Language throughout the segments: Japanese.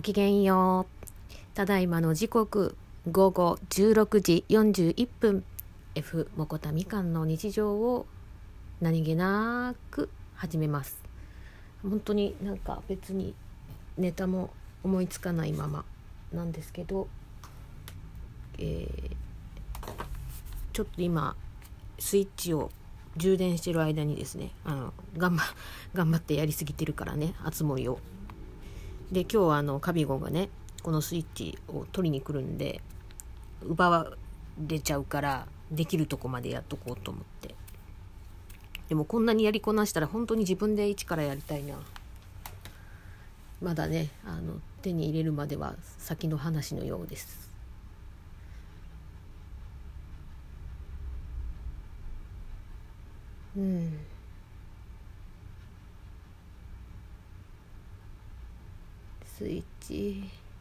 きげんよう。ただいまの時刻午後16時41分 F もこたみかんの日常を何気なく始めます。本当になんか別にネタも思いつかないままなんですけど、ちょっと今スイッチを充電してる間にですね、頑張ってやりすぎてるからね、あつ森を。で今日カビゴンがねこのスイッチを取りに来るんで奪われちゃうからできるとこまでやっとこうと思って。でもこんなにやりこなしたら本当に自分で一からやりたいな。まだね手に入れるまでは先の話のようです。スイッチ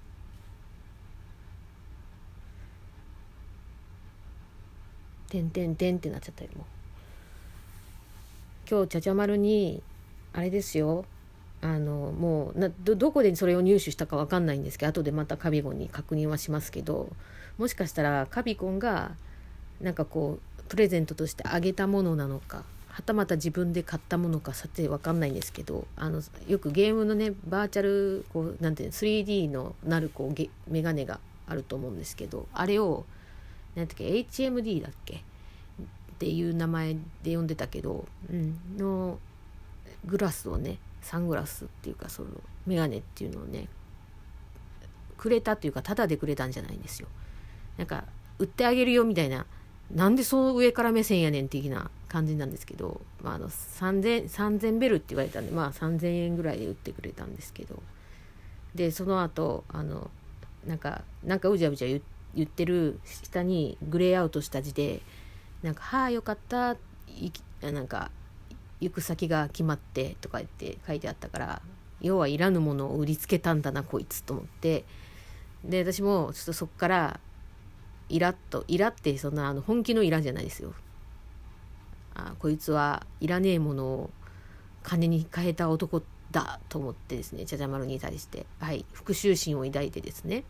てんてんてんってなっちゃったよ。もう今日ちゃちゃまるにあれですよ、もうどこでそれを入手したか分かんないんですけど、後でまたカビゴンに確認はしますけど、もしかしたらカビゴンがなんかこうプレゼントとしてあげたものなのか、はたまた自分で買ったものかさて分かんないんですけど、よくゲームのねバーチャルこうなんていうの 3D のなるこうメガネがあると思うんですけど、あれをなんていうか HMD だっけっていう名前で呼んでたけど、のグラスをね、サングラスっていうかそのメガネっていうのをねくれたっていうかタダでくれたんじゃないんですよ。なんか売ってあげるよみたいな、なんでそう上から目線やねん的な感じなんですけど、3000ベルって言われたんで、3000円ぐらいで売ってくれたんですけど、でその後なんかうじゃうじゃ言ってる下にグレーアウトした字でなんかはあよかったなんか行く先が決まってとか言って書いてあったから、要はいらぬものを売りつけたんだなこいつと思って、で私もちょっとそっからイラってそんな本気のイラじゃないですよ。こいつはいらねえものを金に変えた男だと思ってですね、ちゃちゃまるに対して復讐心を抱いてですね、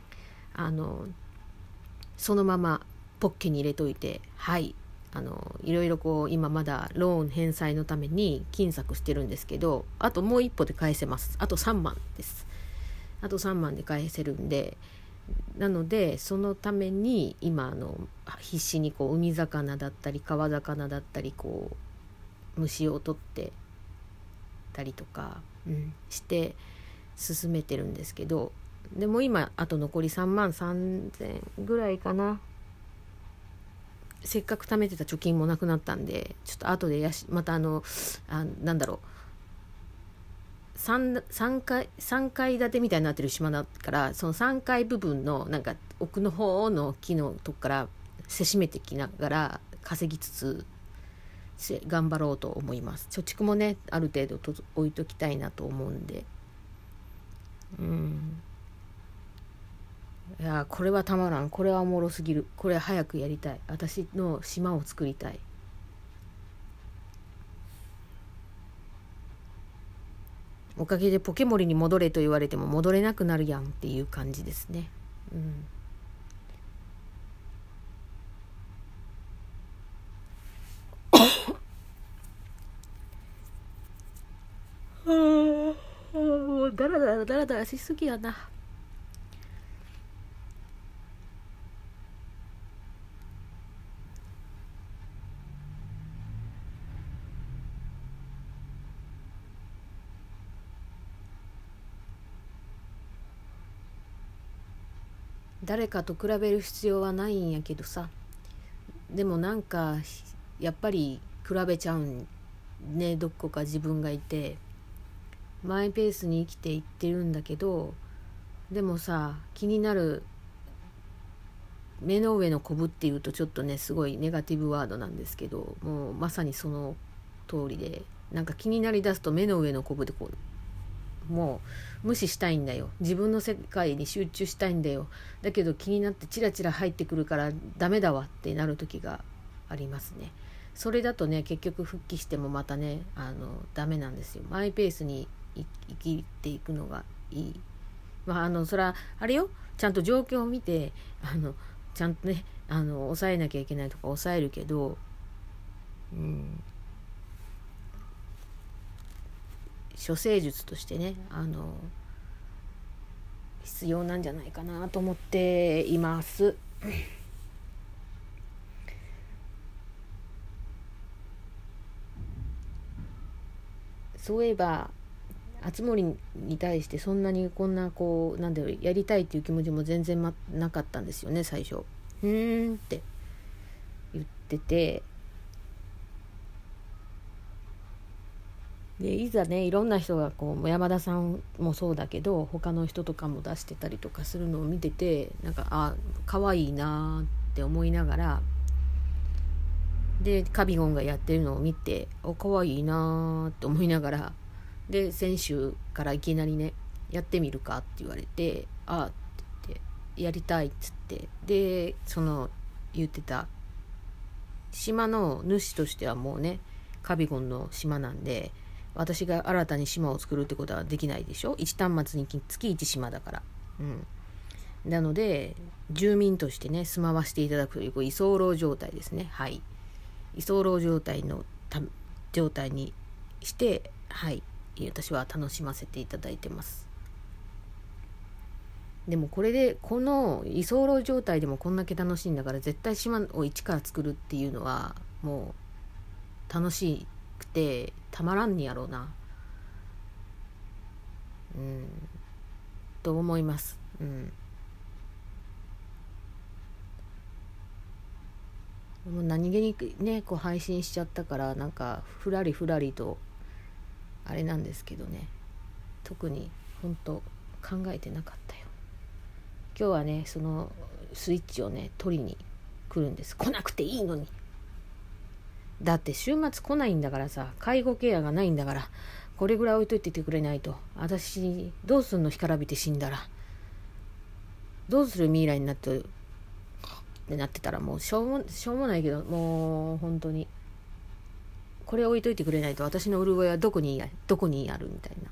そのままポッケに入れといて、いろいろこう今まだローン返済のために金策してるんですけど、あともう一歩で返せます。あと3万です。あと3万で返せるんで、なのでそのために今必死にこう海魚だったり川魚だったりこう虫を取ってたりとか、して進めてるんですけど、でも今あと残り3万3000ぐらいかな。せっかく貯めてた貯金もなくなったんで、ちょっと後でまたなんだろう、3階建てみたいになってる島だから、その3階部分のなんか奥の方の木のとこからせしめてきながら稼ぎつつ頑張ろうと思います。貯蓄もねある程度置いときたいなと思うんで、いやこれはたまらん、これはおもろすぎる、これ早くやりたい、私の島を作りたい。おかげでポケモリに戻れと言われても戻れなくなるやんっていう感じですね。もうダラダラしすぎやな。誰かと比べる必要はないんやけどさ、でもなんかやっぱり比べちゃうんね、どこか自分がいてマイペースに生きていってるんだけど、でもさ気になる目の上のコブっていうとちょっとねすごいネガティブワードなんですけど、もうまさにその通りで、なんか気になりだすと目の上のコブでこうもう無視したいんだよ、自分の世界に集中したいんだよ。だけど気になってチラチラ入ってくるからダメだわってなる時がありますね。それだとね結局復帰してもまたねダメなんですよ。マイペースに生きていくのがいいそれはあれよ、ちゃんと状況を見てちゃんとね抑えなきゃいけないとか抑えるけど、処世術としてね必要なんじゃないかなと思っています。そういえば熱森に対してそんなにこんななんだろう、やりたいっていう気持ちも全然、なかったんですよね最初。って言ってて、でいざねいろんな人が山田さんもそうだけど他の人とかも出してたりとかするのを見てて、なんか可愛いなって思いながら、でカビゴンがやってるのを見て可愛いなって思いながら、で先週からいきなりねやってみるかって言われて、って言ってやりたいっつって、で言ってた島の主としてはもうねカビゴンの島なんで、私が新たに島を作るってことはできないでしょ。1端末につき1島だから、なので住民としてね住まわせていただくという居候状態ですね。居候状態にして、私は楽しませていただいてます。でもこれでこの居候状態でもこんだけ楽しいんだから、絶対島を一から作るっていうのはもう楽しくてたまらんにやろうな、と思います。もう何気にね配信しちゃったから、なんかふらりとあれなんですけどね、特に本当考えてなかったよ。今日はねそのスイッチをね取りに来るんです。来なくていいのに。だって週末来ないんだからさ、介護ケアがないんだから、これぐらい置いといててくれないと。私どうすんの、干からびて死んだらどうする、ミイラになってたらもうしょうもないけど、もう本当にこれ置いといてくれないと私の潤いはどこにあるみたい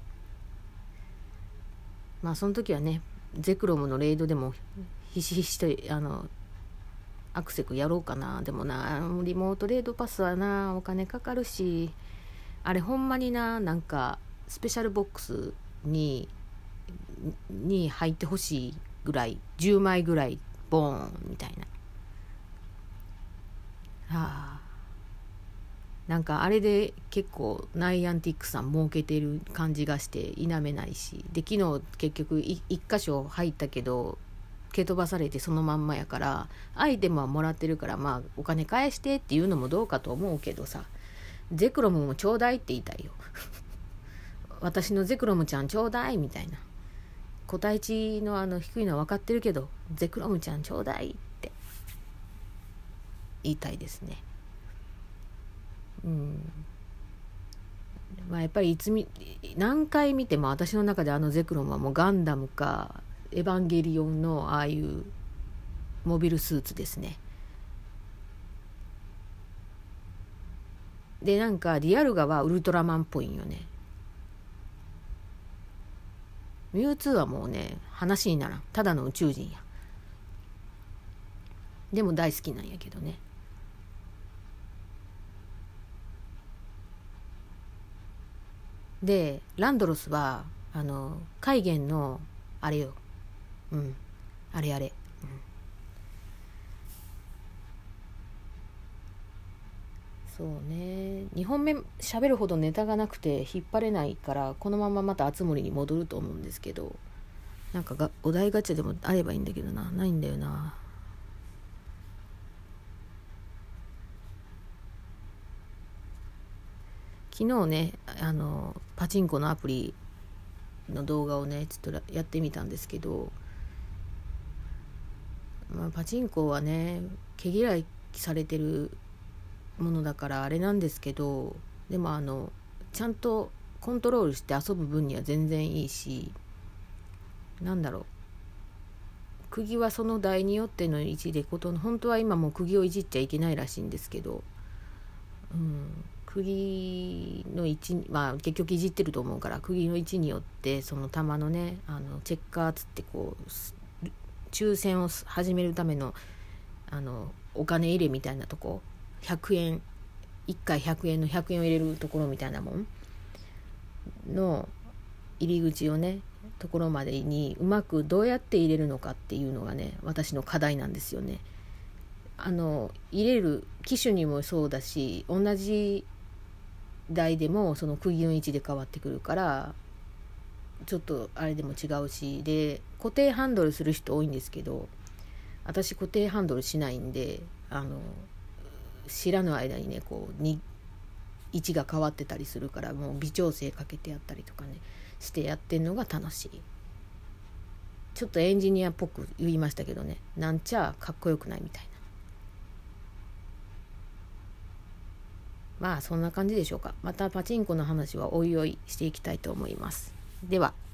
な。その時はねゼクロムのレイドでもひしひしとアクセクやろうかな。でもなリモートレイドパスはなお金かかるし、あれほんまになんかスペシャルボックスに入ってほしいぐらい、10枚ぐらいボーンみたいな。なんかあれで結構ナイアンティックさん儲けてる感じがして否めないし、で昨日結局1箇所入ったけど蹴飛ばされてそのまんまやから、アイテムはもらってるからお金返してっていうのもどうかと思うけどさ、ゼクロムもちょうだいって言いたいよ私のゼクロムちゃんちょうだいみたいな。個体値の低いのは分かってるけどゼクロムちゃんちょうだいって言いたいですね。やっぱり何回見ても私の中でゼクロムはもうガンダムかエヴァンゲリオンのああいうモビルスーツですね。でなんかディアルガはウルトラマンっぽいんよね。ミュウツーはもうね話にならん、ただの宇宙人や。でも大好きなんやけどね。でランドロスは海原のあれよ、あれ、そうね、2本目喋るほどネタがなくて引っ張れないから、このまままた熱森に戻ると思うんですけど、なんかお題ガチャでもあればいいんだけどないんだよな。昨日ねパチンコのアプリの動画をねちょっとやってみたんですけど、パチンコはね毛嫌いされてるものだからあれなんですけど、でもちゃんとコントロールして遊ぶ分には全然いいし、なんだろう、釘はその台によっての位置で本当は今もう釘をいじっちゃいけないらしいんですけど、 釘の位置に、まあ結局いじってると思うから、釘の位置によってその玉のね、チェッカーつってこう抽選を始めるためのお金入れみたいなとこ、100円1回100円の100円を入れるところみたいなもんの入り口をねところまでにうまくどうやって入れるのかっていうのがね、私の課題なんですよね。入れる機種にもそうだし、同じ台でもその釘の位置で変わってくるからちょっとあれでも違うし、で固定ハンドルする人多いんですけど、私固定ハンドルしないんで、知らぬ間にねこう位置が変わってたりするから、もう微調整かけてやったりとかねしてやってんのが楽しい。ちょっとエンジニアっぽく言いましたけどね、なんちゃかっこよくないみたいな。まあそんな感じでしょうか。またパチンコの話はおいおいしていきたいと思います。では。